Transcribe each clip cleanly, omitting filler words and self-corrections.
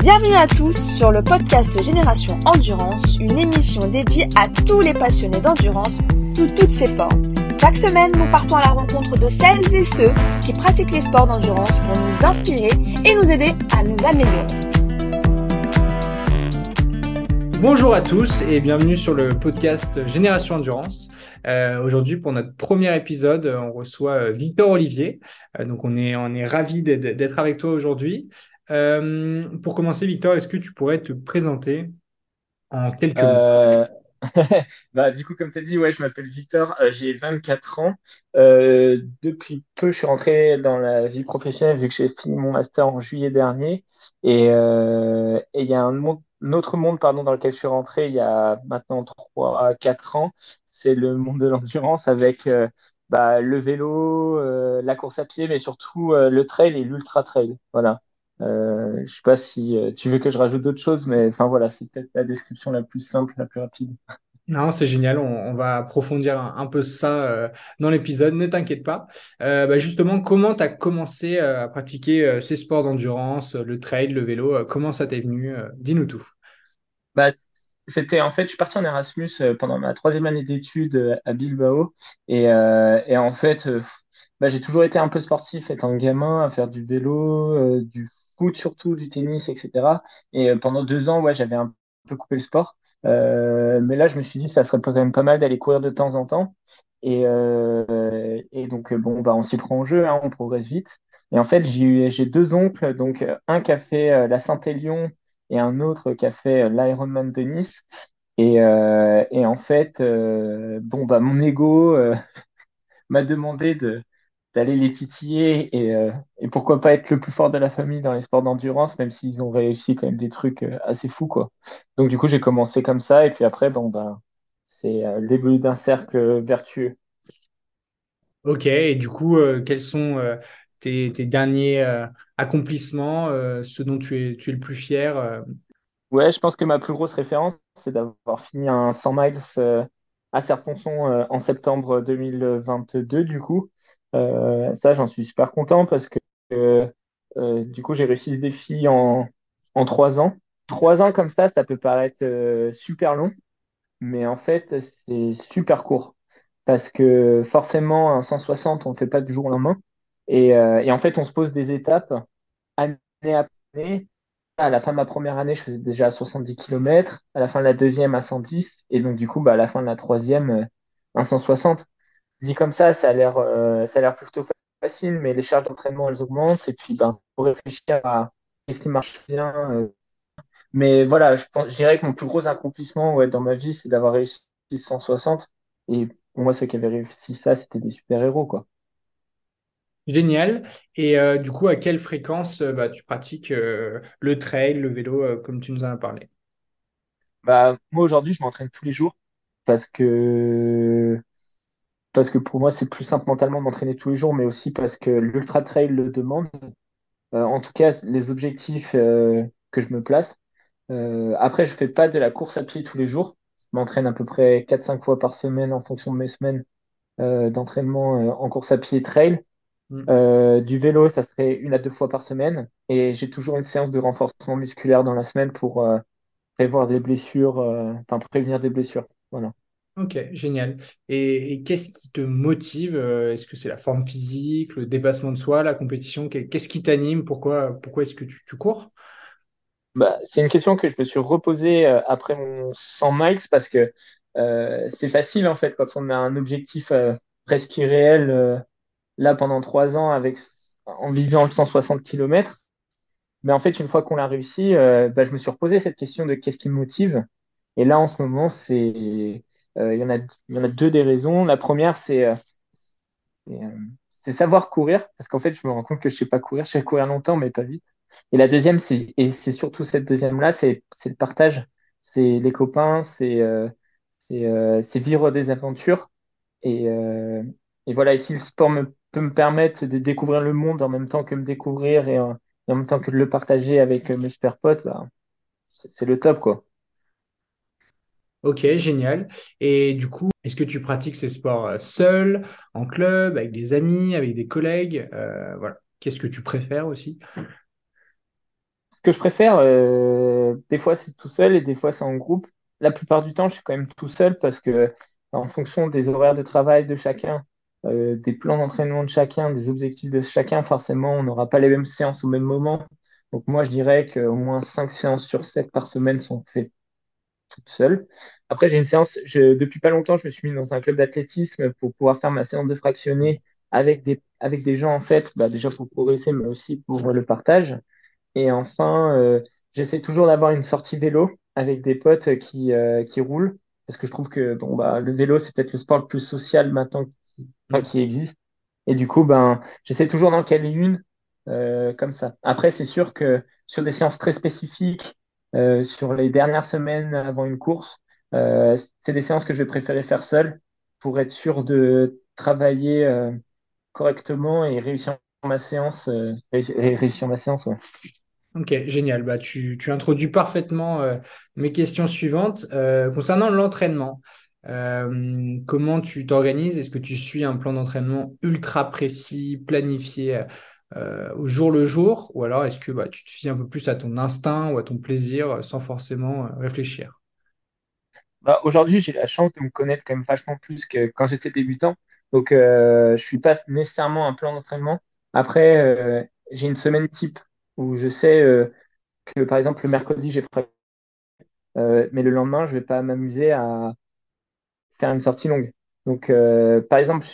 Bienvenue à tous sur le podcast Génération Endurance, une émission dédiée à tous les passionnés d'endurance sous toutes ses formes. Chaque semaine, nous partons à la rencontre de celles et ceux qui pratiquent les sports d'endurance pour nous inspirer et nous aider à nous améliorer. Bonjour à tous et bienvenue sur le podcast Génération Endurance. Aujourd'hui, pour notre premier épisode, on reçoit Victor Olivier. Donc, on est ravis d'être avec toi aujourd'hui. Pour commencer, Victor, est-ce que tu pourrais te présenter en quelques mots? Euh, du coup, comme tu as dit, ouais, je m'appelle Victor, j'ai 24 ans. Depuis peu, je suis rentré dans la vie professionnelle vu que j'ai fini mon master en juillet dernier. Et il y a un autre monde pardon, dans lequel je suis rentré il y a maintenant 3 à 4 ans. C'est le monde de l'endurance avec le vélo, la course à pied, mais surtout le trail et l'ultra trail. Voilà. Je sais pas si tu veux que je rajoute d'autres choses, mais enfin voilà, c'est peut-être la description la plus simple, la plus rapide. Non, c'est génial, on va approfondir un peu ça dans l'épisode, ne t'inquiète pas. Justement, comment tu as commencé à pratiquer ces sports d'endurance, le trail, le vélo, comment ça t'est venu? Dis-nous tout. Bah, c'était en fait, je suis parti en Erasmus pendant ma troisième année d'études à Bilbao, et en fait, j'ai toujours été un peu sportif étant gamin, à faire du vélo, du foot surtout, du tennis, etc. Et pendant 2 ans, ouais, j'avais un peu coupé le sport. Mais là, je me suis dit, ça serait quand même pas mal d'aller courir de temps en temps. Et donc, on s'y prend au jeu, hein, on progresse vite. Et en fait, j'ai deux oncles, donc un qui a fait la Saint-Élion et un autre qui a fait l'Ironman de Nice. Et en fait, mon ego m'a demandé d'aller les titiller et pourquoi pas être le plus fort de la famille dans les sports d'endurance, même s'ils ont réussi quand même des trucs assez fous, quoi. Donc du coup, j'ai commencé comme ça et puis après, c'est le début d'un cercle vertueux. Ok, et du coup, quels sont tes derniers accomplissements, ce dont tu es le plus fier? Ouais, je pense que ma plus grosse référence, c'est d'avoir fini un 100 miles à Serponçon en septembre 2022, du coup. Ça, j'en suis super content parce que du coup, j'ai réussi ce défi en 3 ans. 3 ans comme ça peut paraître super long, mais en fait, c'est super court. Parce que forcément, un 160, on ne fait pas du jour au lendemain. Et en fait, on se pose des étapes année après année. À la fin de ma première année, je faisais déjà 70 km. À la fin de la deuxième, à 110. Et donc, du coup, à la fin de la troisième, un 160. Dit comme ça a l'air plutôt facile, mais les charges d'entraînement, elles augmentent. Et puis, faut réfléchir à qu'est-ce qui marche bien. Mais voilà, je dirais que mon plus gros accomplissement, ouais, dans ma vie, c'est d'avoir réussi 160. Et pour moi, ceux qui avaient réussi ça, c'était des super-héros, quoi. Génial. Et du coup, à quelle fréquence tu pratiques le trail, le vélo, comme tu nous en as parlé? Moi, aujourd'hui, je m'entraîne tous les jours parce que parce que pour moi, c'est plus simple mentalement de m'entraîner tous les jours, mais aussi parce que l'ultra trail le demande. En tout cas, les objectifs que je me place. Après, je fais pas de la course à pied tous les jours. Je m'entraîne à peu près 4 5 fois par semaine en fonction de mes semaines d'entraînement en course à pied trail. Hmm. Du vélo, ça serait 1 à 2 fois par semaine. Et j'ai toujours une séance de renforcement musculaire dans la semaine pour prévoir des blessures, prévenir des blessures. Voilà. Ok, génial. Et qu'est-ce qui te motive? Est-ce que c'est la forme physique, le dépassement de soi, la compétition? Qu'est-ce qui t'anime? Pourquoi est-ce que tu cours? C'est une question que je me suis reposée après mon 100 miles parce que c'est facile en fait quand on a un objectif presque irréel là pendant 3 ans en visant le 160 km. Mais en fait, une fois qu'on l'a réussi, je me suis reposé cette question de qu'est-ce qui me motive. Et là, en ce moment, il y en a deux des raisons. La première, c'est, euh, c'est savoir courir parce qu'en fait, je me rends compte que je sais pas courir. Je sais courir longtemps, mais pas vite. Et la deuxième, et c'est surtout cette deuxième-là, c'est le partage. C'est les copains, c'est vivre des aventures. Et, euh, et voilà, et si le sport peut me permettre de découvrir le monde en même temps que me découvrir et en même temps que de le partager avec mes super potes, c'est le top, quoi. Ok, génial. Et du coup, est-ce que tu pratiques ces sports seul, en club, avec des amis, avec des collègues? Voilà. Qu'est-ce que tu préfères aussi? Ce que je préfère, des fois c'est tout seul et des fois c'est en groupe. La plupart du temps, je suis quand même tout seul parce que en fonction des horaires de travail de chacun, des plans d'entraînement de chacun, des objectifs de chacun, forcément, on n'aura pas les mêmes séances au même moment. Donc moi, je dirais qu'au moins 5 séances sur 7 par semaine sont faites toute seule. Après, j'ai une séance, depuis pas longtemps, je me suis mis dans un club d'athlétisme pour pouvoir faire ma séance de fractionné avec des gens, en fait, bah, déjà pour progresser, mais aussi pour le partage. Et enfin, j'essaie toujours d'avoir une sortie vélo avec des potes qui roulent, parce que je trouve que bon, bah, le vélo, c'est peut-être le sport le plus social maintenant enfin, Mm. qui existe. Et du coup, ben, j'essaie toujours d'en caler une comme ça. Après, c'est sûr que sur des séances très spécifiques, sur les dernières semaines avant une course, c'est des séances que je vais préférer faire seul pour être sûr de travailler correctement et réussir ma séance, réussir ma séance, ouais. Ok, génial. Bah, tu introduis parfaitement mes questions suivantes. Concernant l'entraînement, comment tu t'organises? Est-ce que tu suis un plan d'entraînement ultra précis, planifié au jour le jour, ou alors est-ce que bah, tu te fies un peu plus à ton instinct ou à ton plaisir sans forcément réfléchir? Bah, aujourd'hui, j'ai la chance de me connaître quand même vachement plus que quand j'étais débutant. Donc, je suis pas nécessairement un plan d'entraînement. Après, j'ai une semaine type où je sais que, par exemple, le mercredi, j'ai prévu, mais le lendemain, je vais pas m'amuser à faire une sortie longue. Donc, par exemple,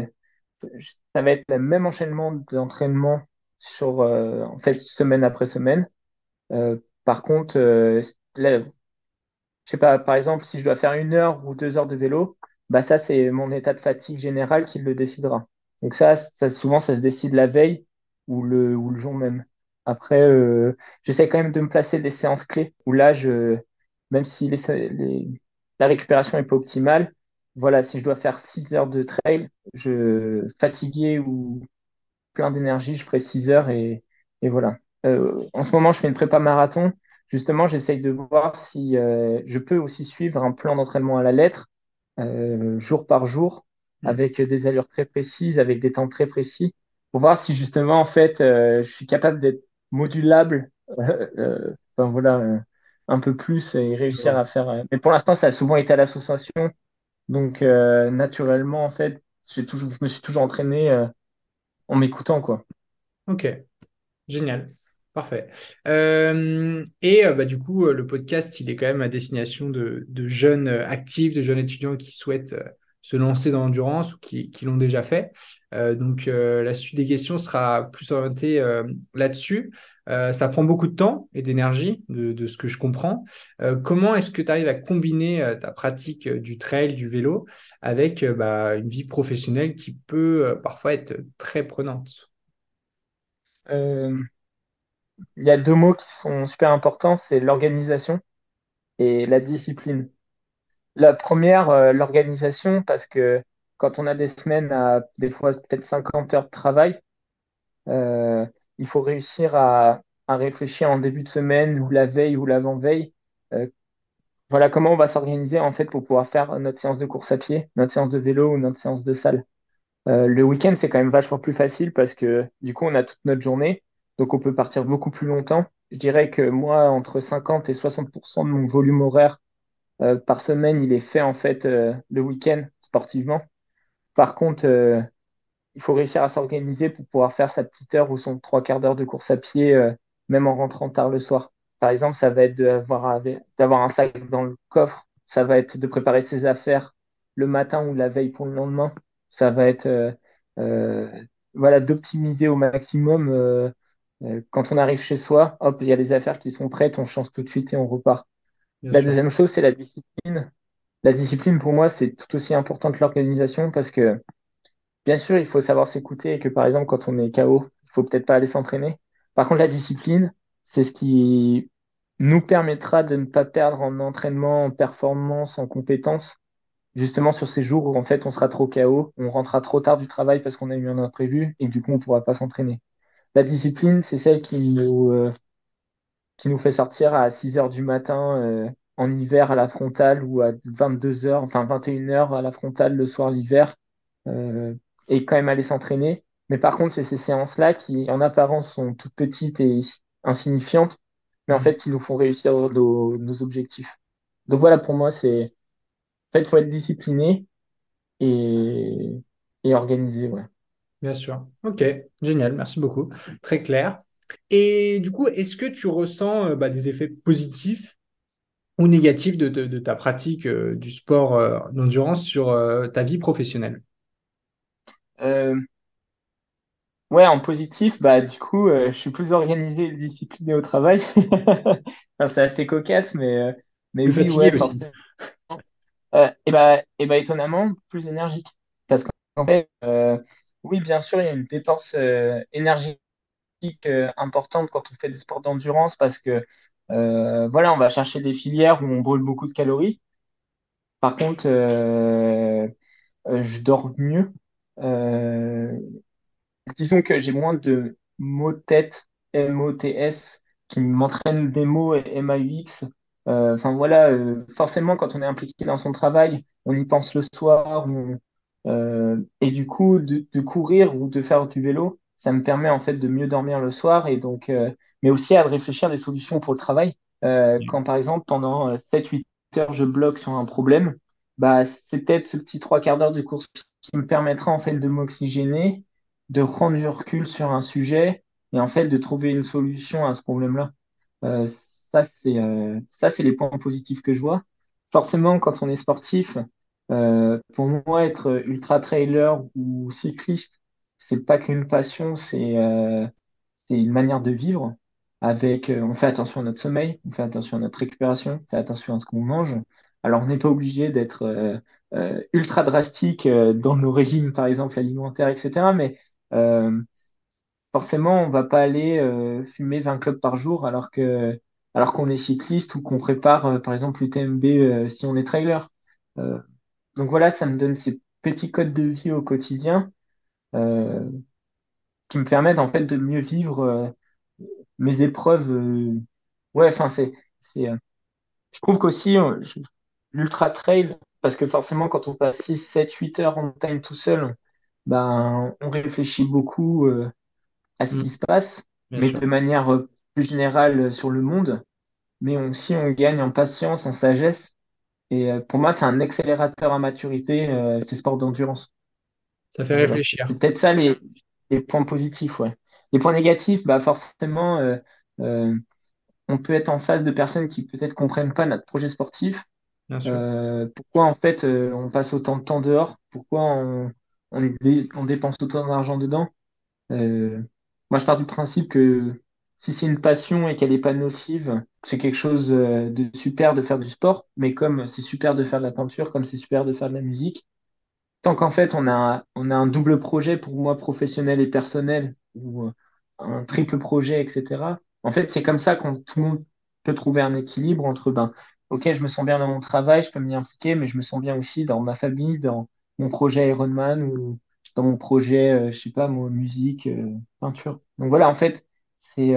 ça va être le même enchaînement d'entraînement sur, en fait, semaine après semaine. Par contre, là, je sais pas, par exemple, si je dois faire 1 heure ou 2 heures de vélo, bah ça, c'est mon état de fatigue général qui le décidera. Donc souvent, ça se décide la veille ou le jour même. Après, j'essaie quand même de me placer des séances clés où là, même si la récupération est pas optimale, voilà, si je dois faire 6 heures de trail, fatigué ou plein d'énergie, je ferai 6 heures et voilà. En ce moment, je fais une prépa marathon. Justement, j'essaye de voir si je peux aussi suivre un plan d'entraînement à la lettre, jour par jour, Mm. avec des allures très précises, avec des temps très précis, pour voir si justement, en fait, je suis capable d'être modulable, enfin voilà, un peu plus et Je réussir vois. à faire. Mais pour l'instant, ça a souvent été à l'association, donc naturellement, en fait, je me suis toujours entraîné en m'écoutant, quoi. Ok. Génial, parfait. Bah, du coup, le podcast, il est quand même à destination de jeunes actifs, de jeunes étudiants qui souhaitent se lancer dans l'endurance ou qui l'ont déjà fait. La suite des questions sera plus orientée là-dessus. Ça prend beaucoup de temps et d'énergie, de ce que je comprends. Comment est-ce que tu arrives à combiner ta pratique du trail, du vélo, avec bah, une vie professionnelle qui peut parfois être très prenante? Euh, il y a 2 mots qui sont super importants, c'est l'organisation et la discipline. La première, l'organisation, parce que quand on a des semaines à des fois peut-être 50 heures de travail, euh, il faut réussir à réfléchir en début de semaine ou la veille ou l'avant-veille. euh, voilà comment on va s'organiser en fait pour pouvoir faire notre séance de course à pied, notre séance de vélo ou notre séance de salle. Le week-end, c'est quand même vachement plus facile parce que du coup, on a toute notre journée, donc on peut partir beaucoup plus longtemps. Je dirais que moi, entre 50 et 60% de mon volume horaire par semaine, il est fait en fait le week-end sportivement. Par contre, il faut réussir à s'organiser pour pouvoir faire sa petite heure ou son 3/4 d'heure de course à pied, même en rentrant tard le soir. Par exemple, ça va être d'avoir un sac dans le coffre, ça va être de préparer ses affaires le matin ou la veille pour le lendemain. Ça va être euh, voilà, d'optimiser au maximum. Quand on arrive chez soi, hop, il y a les affaires qui sont prêtes, on change tout de suite et on repart. Bien La sûr. deuxième chose, c'est la discipline. La discipline, pour moi, c'est tout aussi important que l'organisation parce que bien sûr, il faut savoir s'écouter et que par exemple, quand on est KO, il faut peut-être pas aller s'entraîner. Par contre, la discipline, c'est ce qui nous permettra de ne pas perdre en entraînement, en performance, en compétence, justement sur ces jours où en fait on sera trop KO, on rentrera trop tard du travail parce qu'on a eu un imprévu et du coup on pourra pas s'entraîner. La discipline, c'est celle qui nous fait sortir à 6 heures du matin en hiver à la frontale ou à 22 heures, enfin 21 heures à la frontale le soir l'hiver euh, et quand même aller s'entraîner. Mais par contre, c'est ces séances-là qui, en apparence, sont toutes petites et insignifiantes, mais en fait, qui nous font réussir nos objectifs. Donc voilà, pour moi, en fait, faut être discipliné et, et organisé, ouais. Bien sûr. Ok, génial, merci beaucoup. Très clair. Et du coup, est-ce que tu ressens des effets positifs ou négatifs de ta pratique du sport d'endurance sur ta vie professionnelle? Euh, ouais, en positif, bah du coup, je suis plus organisé et discipliné au travail. Enfin, c'est assez cocasse, mais Plus oui, fatigué ouais, aussi. forcément. Et bah, étonnamment, plus énergique. Parce qu'en fait, oui, bien sûr, il y a une dépense énergétique importante quand on fait des sports d'endurance parce que voilà, on va chercher des filières où on brûle beaucoup de calories. Par contre, je dors mieux. Euh, Disons que j'ai moins de mots de tête, MOTS, qui m'entraînent des mots MAUX. Enfin voilà, forcément, quand on est impliqué dans son travail, on y pense le soir. Et du coup, de courir ou de faire du vélo, ça me permet en fait de mieux dormir le soir et donc, mais aussi à réfléchir des solutions pour le travail. Quand par exemple, pendant 7-8 heures, je bloque sur un problème, bah, c'est peut-être ce petit trois quarts d'heure de course qui me permettra en fait de m'oxygéner, de prendre du recul sur un sujet et en fait de trouver une solution à ce problème-là. Euh, ça, c'est les points positifs que je vois. Forcément, quand on est sportif, pour moi, être ultra trailer ou cycliste, c'est pas qu'une passion, c'est une manière de vivre. Avec, on fait attention à notre sommeil, on fait attention à notre récupération, on fait attention à ce qu'on mange. Alors, on n'est pas obligé d'être ultra drastique dans nos régimes, par exemple alimentaires, etc. Mais euh, forcément, on va pas aller fumer 20 clopes par jour alors qu'on est cycliste ou qu'on prépare par exemple l'UTMB si on est trailer. Euh, donc voilà, ça me donne ces petits codes de vie au quotidien euh, qui me permettent en fait de mieux vivre mes épreuves. Ouais, enfin c'est je trouve qu'aussi l'ultra trail parce que forcément quand on passe 6 7 8 heures en montagne tout seul, ben on réfléchit beaucoup à ce Mm, qui se passe, bien mais sûr. de manière plus générale sur le monde. Mais aussi, on gagne en patience, en sagesse. Et pour moi, c'est un accélérateur à maturité, ces sports d'endurance. Ça fait Voilà. réfléchir, C'est peut-être ça les points positifs, ouais. Les points négatifs, bah forcément, euh, on peut être en face de personnes qui peut-être comprennent pas notre projet sportif. bien sûr. Pourquoi en fait on passe autant de temps dehors? Pourquoi on dépense autant d'argent dedans? Euh, Moi, je pars du principe que si c'est une passion et qu'elle n'est pas nocive, c'est quelque chose de super de faire du sport, mais comme c'est super de faire de la peinture, comme c'est super de faire de la musique, tant qu'en fait on a un double projet pour moi professionnel et personnel, ou un triple projet, etc. En fait, c'est comme ça qu'on tout le monde peut trouver un équilibre entre ben, ok, je me sens bien dans mon travail, je peux m'y impliquer, mais je me sens bien aussi dans ma famille, dans mon projet Ironman ou dans mon projet, je sais pas, mon musique, peinture. Donc voilà, en fait, c'est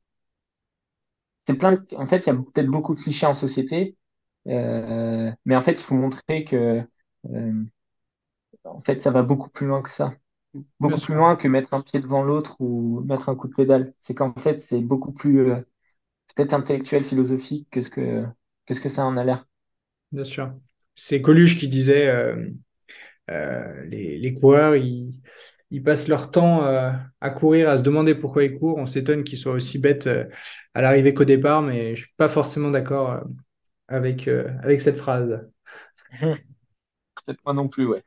en fait, il y a peut-être beaucoup de clichés en société, mais en fait, il faut montrer que euh, en fait, ça va beaucoup plus loin que ça. Bien Beaucoup plus sûr. loin que mettre un pied devant l'autre ou mettre un coup de pédale. C'est qu'en fait, c'est beaucoup plus peut-être intellectuel, philosophique que ce que ça en a l'air. Bien sûr. C'est Coluche qui disait les coureurs, ils passent leur temps à courir, à se demander pourquoi ils courent. On s'étonne qu'ils soient aussi bêtes à l'arrivée qu'au départ, mais je suis pas forcément d'accord avec cette phrase. Peut-être moi non plus, ouais.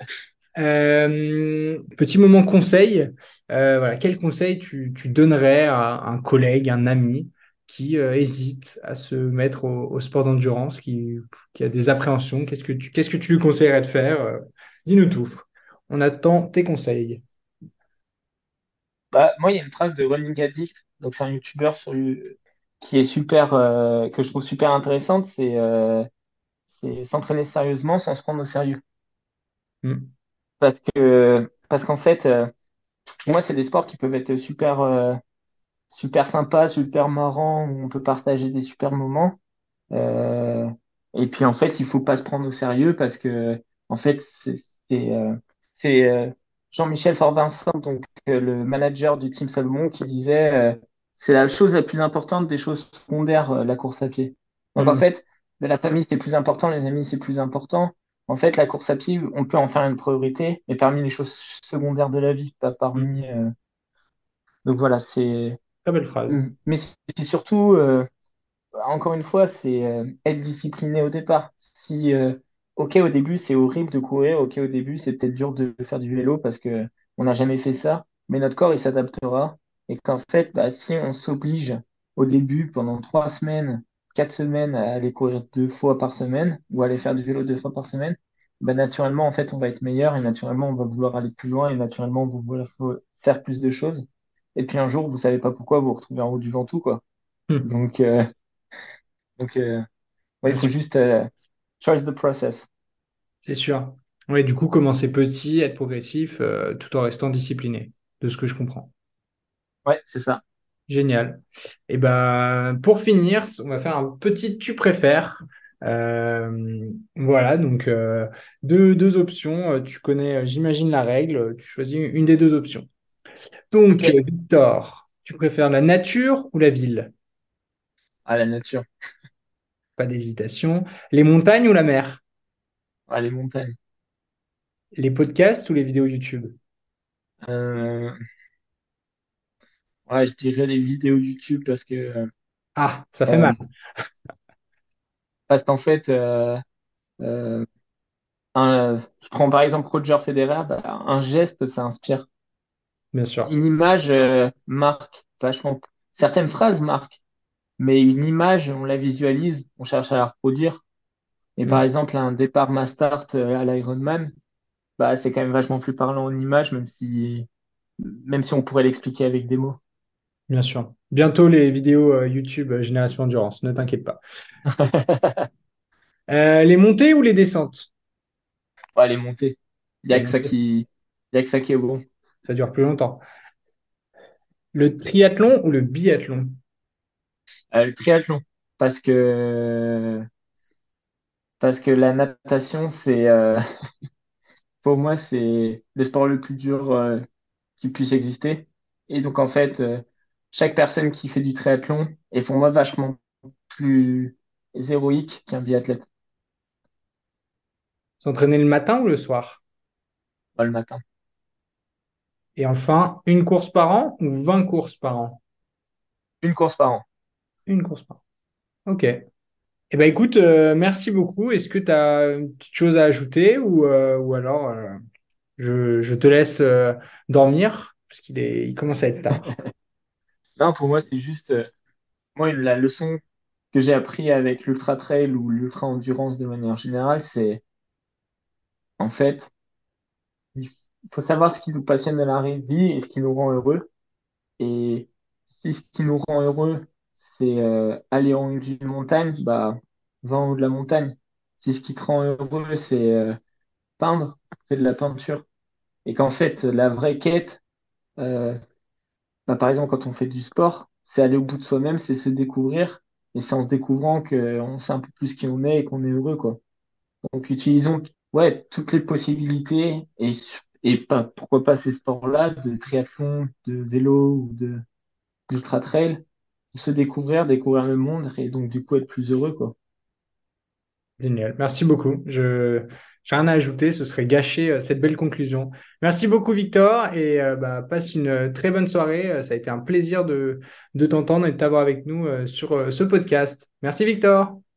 Petit moment conseil. Voilà, quel conseil tu donnerais à un collègue, un ami qui hésite à se mettre au sport d'endurance, qui a des appréhensions? Qu'est-ce que tu lui conseillerais de faire? Dis-nous tout. On attend tes conseils. Bah, moi, il y a une phrase de Running Addict, donc c'est un YouTuber qui est super, que je trouve super intéressante, c'est s'entraîner sérieusement sans se prendre au sérieux. Hmm, Parce qu'en fait, pour moi, c'est des sports qui peuvent être super, super sympas, super marrants, où on peut partager des super moments. Euh, et puis en fait, il faut pas se prendre au sérieux parce que en fait, c'est Jean-Michel Fort-Vincent, donc le manager du Team Salomon, qui disait c'est la chose la plus importante des choses secondaires, la course à pied. Donc en Hmm. fait, de la famille, c'est plus important, les amis, c'est plus important. En fait, la course à pied, on peut en faire une priorité, mais parmi les choses secondaires de la vie, pas Hmm. parmi. Donc voilà, c'est. Très belle phrase. Mais c'est surtout, encore une fois, c'est être discipliné au départ. Si, ok, au début, c'est horrible de courir, ok, au début, c'est peut-être dur de faire du vélo parce que on n'a jamais fait ça, mais notre corps, il s'adaptera. Et qu'en fait, bah, si on s'oblige au début, pendant 3 semaines, 4 semaines, à aller courir 2 fois par semaine ou aller faire du vélo 2 fois par semaine, bah, naturellement, en fait, on va être meilleur et naturellement, on va vouloir aller plus loin et naturellement, on va vouloir faire plus de choses. Et puis un jour, vous savez pas pourquoi, vous vous retrouvez en haut du Ventoux, quoi. Hmm. Donc, euh, donc, ouais, il Bien faut sûr, juste trust the process. c'est sûr. Ouais, du coup, commencer petit, être progressif, tout en restant discipliné, de ce que je comprends. Ouais, c'est ça. Génial. Et ben, pour finir, on va faire un petit tu préfères. Voilà, donc deux options. Tu connais, j'imagine, la règle. Tu choisis une des deux options. Ok. Donc, Victor, tu préfères la nature ou la ville? À la nature. Pas d'hésitation. Les montagnes ou la mer? À les montagnes. Les podcasts ou les vidéos YouTube? Euh, ouais, je dirais les vidéos YouTube Ah, ça fait euh, mal, parce qu'en fait, euh, je prends par exemple Roger Federer, bah, un geste, ça inspire. bien sûr. Une image marque vachement. Certaines phrases marquent, mais une image, on la visualise, on cherche à la reproduire. Et par Mm. exemple, un départ mass start à l'Ironman, bah, c'est quand même vachement plus parlant en image, même si on pourrait l'expliquer avec des mots. Bien sûr. Bientôt les vidéos YouTube Génération Endurance, ne t'inquiète pas. Les montées ou les descentes? Ouais, les montées. Il y Les a que ça montées, qui, il y a que ça qui est bon. ça dure plus longtemps. Le triathlon ou le biathlon? Le triathlon, parce que parce que la natation, pour moi, c'est le sport le plus dur qui puisse exister. Et donc en fait, chaque personne qui fait du triathlon est pour moi vachement plus héroïque qu'un biathlète. S'entraîner le matin ou le soir? Pas le matin. Et enfin, une course par an ou 20 courses par an? Une course par an. Une course par an. Ok. Eh ben écoute, merci beaucoup. Est-ce que tu as une petite chose à ajouter ou alors je te laisse dormir parce il commence à être tard. Non, pour moi, c'est juste moi la leçon que j'ai appris avec l'ultra trail ou l'ultra endurance de manière générale, c'est en fait il faut savoir ce qui nous passionne dans la vie et ce qui nous rend heureux. Et si ce qui nous rend heureux, c'est aller en haut d'une montagne, bah, va en haut de la montagne. Si ce qui te rend heureux, c'est peindre, fais de la peinture. Et qu'en fait, la vraie quête, euh, bah, par exemple, quand on fait du sport, c'est aller au bout de soi-même, c'est se découvrir. Et c'est en se découvrant qu'on sait un peu plus qui on est et qu'on est heureux, quoi. Donc, utilisons, ouais, toutes les possibilités et pas, pourquoi pas ces sports-là, de triathlon, de vélo ou d'ultra trail, se découvrir, découvrir le monde et donc du coup être plus heureux, quoi. Génial. Merci beaucoup. J'ai rien à ajouter. Ce serait gâcher cette belle conclusion. Merci beaucoup, Victor. Et bah, passe une très bonne soirée. Ça a été un plaisir de t'entendre et de t'avoir avec nous sur ce podcast. Merci, Victor.